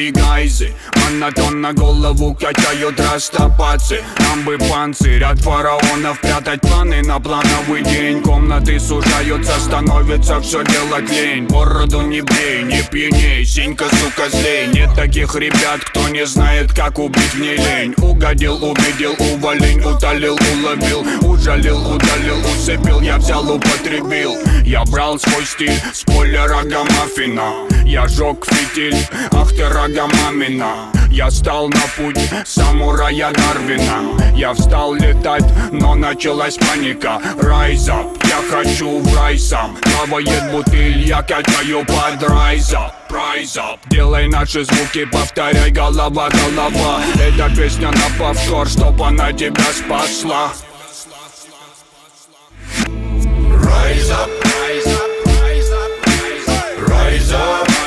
и гайзы. Монотонно голову качают растопацы. Нам бы панцирь от фараонов, прятать планы на плановый день. Комнаты сужаются, становится все делать лень. Бороду не брей, не пьяней, синька, сука, злей. Нет таких ребят, кто не знает, как убить в ней лень. Угодил, увидел, уволень, утолил, уловил, ужалил, удалил, усыпил, я взял, употребил. Я брал свой стиль с поля рогомаффина. Я жег фитиль, ах ты рогомамина. Я стал на путь самурая Дарвина. Я встал летать, но началась паника. Rise up, я хочу в рай сам. Плавает бутыль, я качаю под rise up. Rise up, делай наши звуки, повторяй, голова, голова. Эта песня на повтор, чтоб она тебя спасла. Rise up, rise up, rise up, rise up, rise up.